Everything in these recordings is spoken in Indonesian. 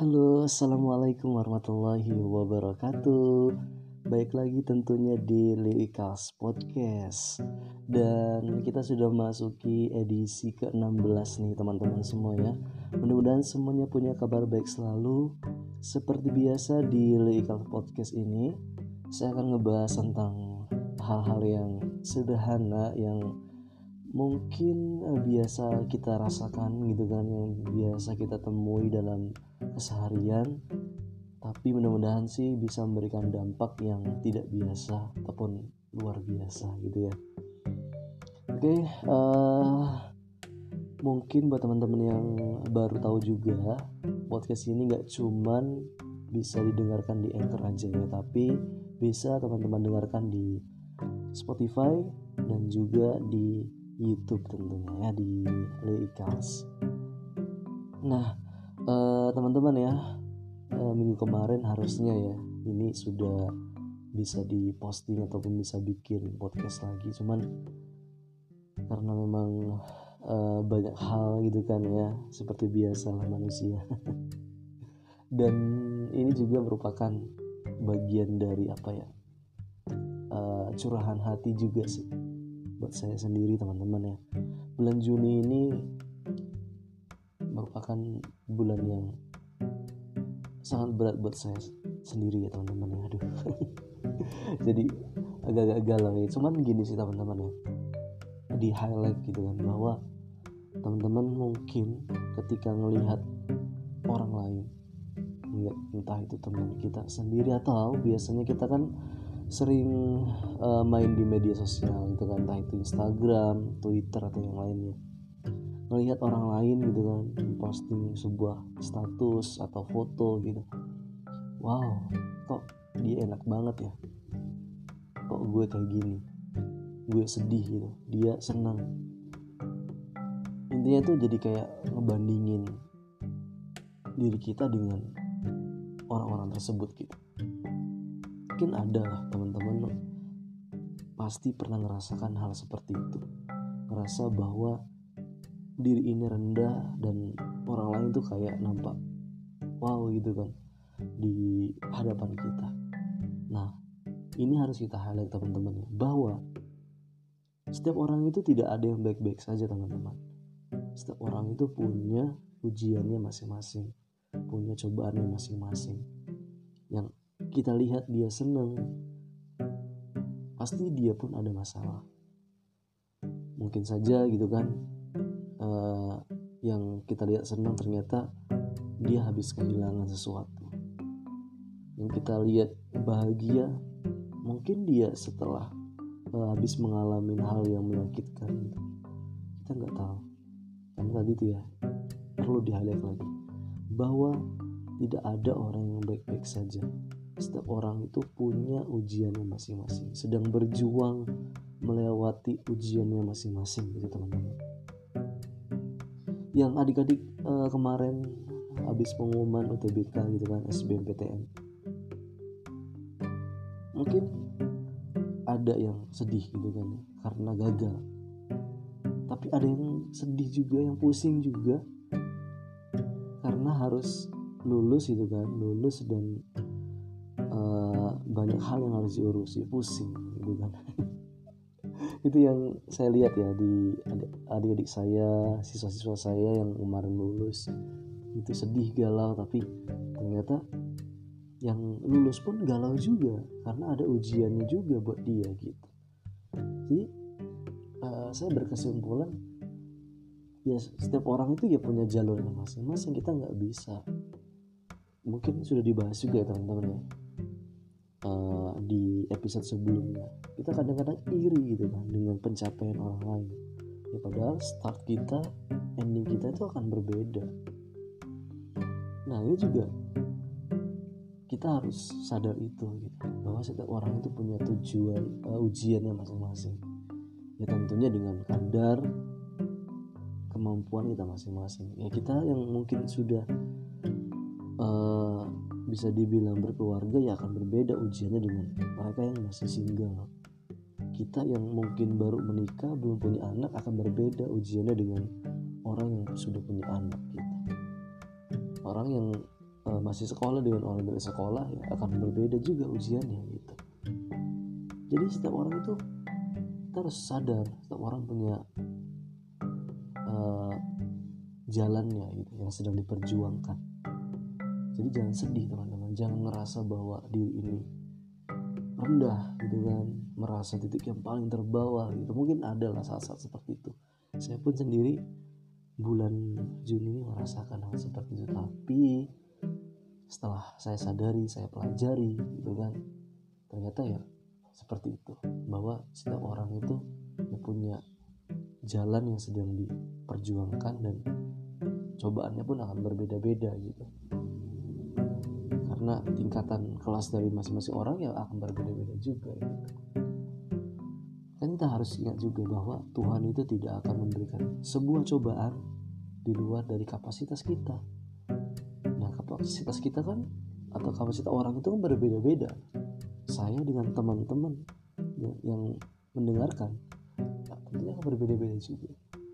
Halo, assalamualaikum warahmatullahi wabarakatuh. Baik lagi tentunya di Liikas Podcast. Dan kita sudah memasuki edisi ke-16 nih teman-teman semua ya. Mudah-mudahan semuanya punya kabar baik selalu. Seperti biasa di Liikas Podcast ini, saya akan ngebahas tentang hal-hal yang sederhana yang mungkin biasa kita rasakan gitu kan, yang biasa kita temui dalam keseharian, tapi mudah-mudahan sih bisa memberikan dampak yang tidak biasa ataupun luar biasa gitu ya. Oke, mungkin buat teman-teman yang baru tahu juga, podcast ini gak cuman bisa didengarkan di Anchor aja ya, tapi bisa teman-teman dengarkan di Spotify dan juga di YouTube tentunya ya, di Liikas. Nah, teman-teman ya, minggu kemarin harusnya ya ini sudah bisa diposting ataupun bisa bikin podcast lagi, cuman karena memang banyak hal gitu kan ya, seperti biasalah manusia. Dan ini juga merupakan bagian dari curahan hati juga sih buat saya sendiri teman-teman ya. Bulan Juni ini merupakan bulan yang sangat berat buat saya sendiri ya teman-teman ya. Aduh. Jadi agak-agak galau ya. Cuman gini sih teman-teman ya, di highlight gitu kan, bahwa teman-teman mungkin ketika ngelihat orang lain, entah itu teman kita sendiri atau biasanya kita kan sering main di media sosial gitu kan, entah itu Instagram, Twitter atau yang lainnya. Melihat orang lain gitu kan posting sebuah status atau foto gitu, wow, kok dia enak banget ya, kok gue kayak gini, gue sedih gitu, dia senang. Intinya itu jadi kayak ngebandingin diri kita dengan orang-orang tersebut gitu. Mungkin ada lah teman-teman pasti pernah merasakan hal seperti itu, ngerasa bahwa diri ini rendah dan orang lain tuh kayak nampak wow gitu kan di hadapan kita. Nah, ini harus kita highlight teman-teman ya, bahwa setiap orang itu tidak ada yang baik-baik saja teman-teman. Setiap orang itu punya ujiannya masing-masing, punya cobaannya masing-masing. Yang kita lihat dia senang, pasti dia pun ada masalah. Mungkin saja gitu kan, yang kita lihat senang ternyata dia habis kehilangan sesuatu. Yang kita lihat bahagia, mungkin dia setelah habis mengalami hal yang menyakitkan gitu. Kita nggak tahu. Karena tadi itu ya perlu di-highlight lagi, bahwa tidak ada orang yang baik-baik saja. Setiap orang itu punya ujiannya masing-masing, sedang berjuang melewati ujiannya masing-masing gitu teman-teman. Yang adik-adik kemarin habis pengumuman UTBK gitu kan, SBMPTN, mungkin ada yang sedih gitu kan karena gagal, tapi ada yang sedih juga, yang pusing juga karena harus lulus gitu kan, lulus dan banyak hal yang harus diurusi, pusing gitu kan. Itu yang saya lihat ya di adik-adik saya, siswa-siswa saya yang kemarin lulus, itu sedih, galau, tapi ternyata yang lulus pun galau juga karena ada ujiannya juga buat dia gitu. Jadi saya berkesimpulan ya, setiap orang itu ya punya jalurnya masing-masing. Kita nggak bisa, mungkin sudah dibahas juga ya teman-teman ya, di episode sebelumnya, kita kadang-kadang iri gitu kan dengan pencapaian orang lain ya, padahal start kita, ending kita itu akan berbeda. Nah, ini juga kita harus sadar itu gitu, bahwa setiap orang itu punya tujuan, ujiannya masing-masing ya, tentunya dengan kadar kemampuan kita masing-masing ya. Kita yang mungkin sudah bisa dibilang berkeluarga ya akan berbeda ujiannya dengan mereka yang masih single. Kita yang mungkin baru menikah, belum punya anak, akan berbeda ujiannya dengan orang yang sudah punya anak gitu. Orang yang masih sekolah dengan orang dari sekolah ya akan berbeda juga ujiannya gitu. Jadi setiap orang itu kita harus sadar, setiap orang punya jalannya gitu yang sedang diperjuangkan. Jadi jangan sedih teman-teman, jangan ngerasa bahwa diri ini rendah gitu kan, merasa titik yang paling terbawah gitu. Mungkin ada lah saat-saat seperti itu. Saya pun sendiri bulan Juni ini merasakan hal seperti itu, tapi setelah saya sadari, saya pelajari gitu kan, ternyata ya seperti itu, bahwa setiap orang itu punya jalan yang sedang diperjuangkan dan cobaannya pun akan berbeda-beda gitu, karena tingkatan kelas dari masing-masing orang ya akan berbeda-beda juga gitu. Kan kita harus ingat juga bahwa Tuhan itu tidak akan memberikan sebuah cobaan di luar dari kapasitas kita. Nah, kapasitas kita kan, atau kapasitas orang itu kan berbeda-beda. Saya dengan teman-teman yang mendengarkan tentunya akan berbeda-beda juga.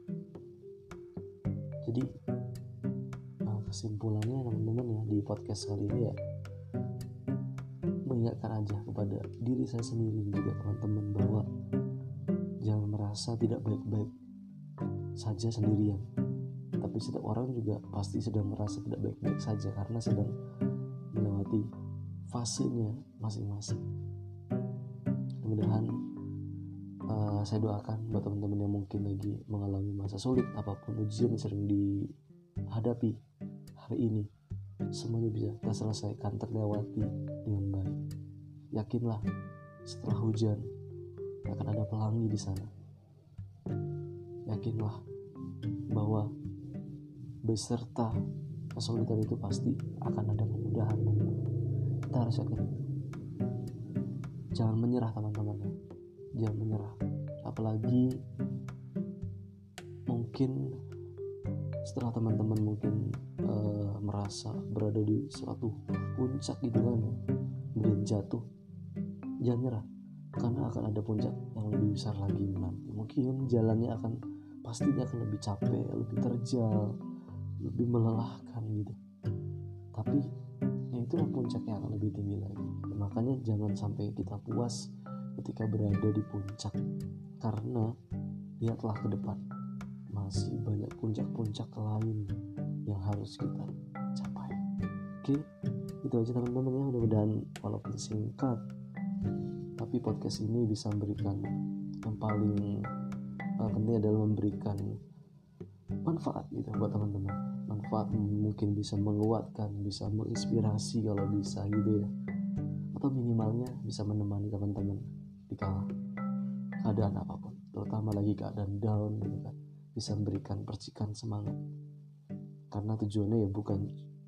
Jadi kesimpulannya teman-teman ya di podcast kali ini ya, mengingatkan aja kepada diri saya sendiri dan juga teman-teman bahwa jangan merasa tidak baik-baik saja sendirian. Tapi setiap orang juga pasti sedang merasa tidak baik-baik saja karena sedang melewati fasenya masing-masing. Mudah-mudahan saya doakan buat teman-teman yang mungkin lagi mengalami masa sulit, apapun ujian yang sering dihadapi hari ini, semuanya bisa kita selesaikan, terlewati dengan baik. Yakinlah, setelah hujan akan ada pelangi di sana. Yakinlah bahwa beserta kesulitan itu pasti akan ada kemudahan. Kita harus yakin itu. Jangan menyerah teman-teman ya. Jangan menyerah. Apalagi mungkin setelah teman-teman mungkin merasa berada di suatu puncak gitu kan, kemudian jatuh, jangan nyerah, karena akan ada puncak yang lebih besar lagi nanti. Mungkin jalannya pastinya akan lebih capek, lebih terjal, lebih melelahkan gitu, tapi ya itulah puncaknya akan lebih tinggi lagi. Makanya jangan sampai kita puas ketika berada di puncak, karena lihatlah ke depan, masih banyak puncak-puncak lain yang harus kita capai. Oke, itu aja teman-teman ya. Mudah-mudahan walaupun singkat, tapi podcast ini bisa memberikan yang paling penting adalah memberikan manfaat gitu buat teman-teman. Manfaat mungkin bisa menguatkan, bisa menginspirasi kalau bisa gitu ya, atau minimalnya bisa menemani teman-teman di kala keadaan apapun, terutama lagi keadaan down gitu kan, bisa memberikan percikan semangat. Karena tujuannya ya bukan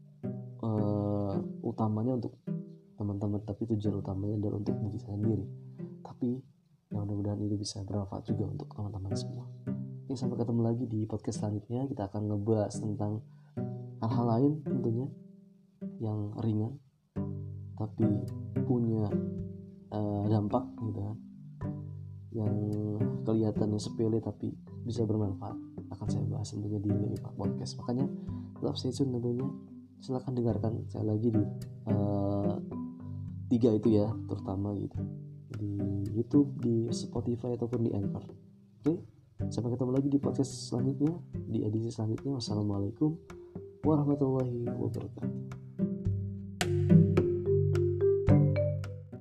utamanya untuk teman-teman, tapi tujuan utamanya adalah untuk diri saya sendiri. Tapi ya mudah-mudahan itu bisa bermanfaat juga untuk teman-teman semua. Oke, sampai ketemu lagi di podcast selanjutnya. Kita akan ngebahas tentang hal-hal lain tentunya yang ringan tapi punya dampak gitu kan, yang kelihatannya sepele tapi bisa bermanfaat, akan saya bahas tentunya di podcast. Makanya tetap stay tune tentunya. Silahkan dengarkan saya lagi di 3 itu ya, terutama gitu, di YouTube, di Spotify ataupun di Anchor. Oke, sampai ketemu lagi di podcast selanjutnya, di edisi selanjutnya. Wassalamualaikum warahmatullahi wabarakatuh.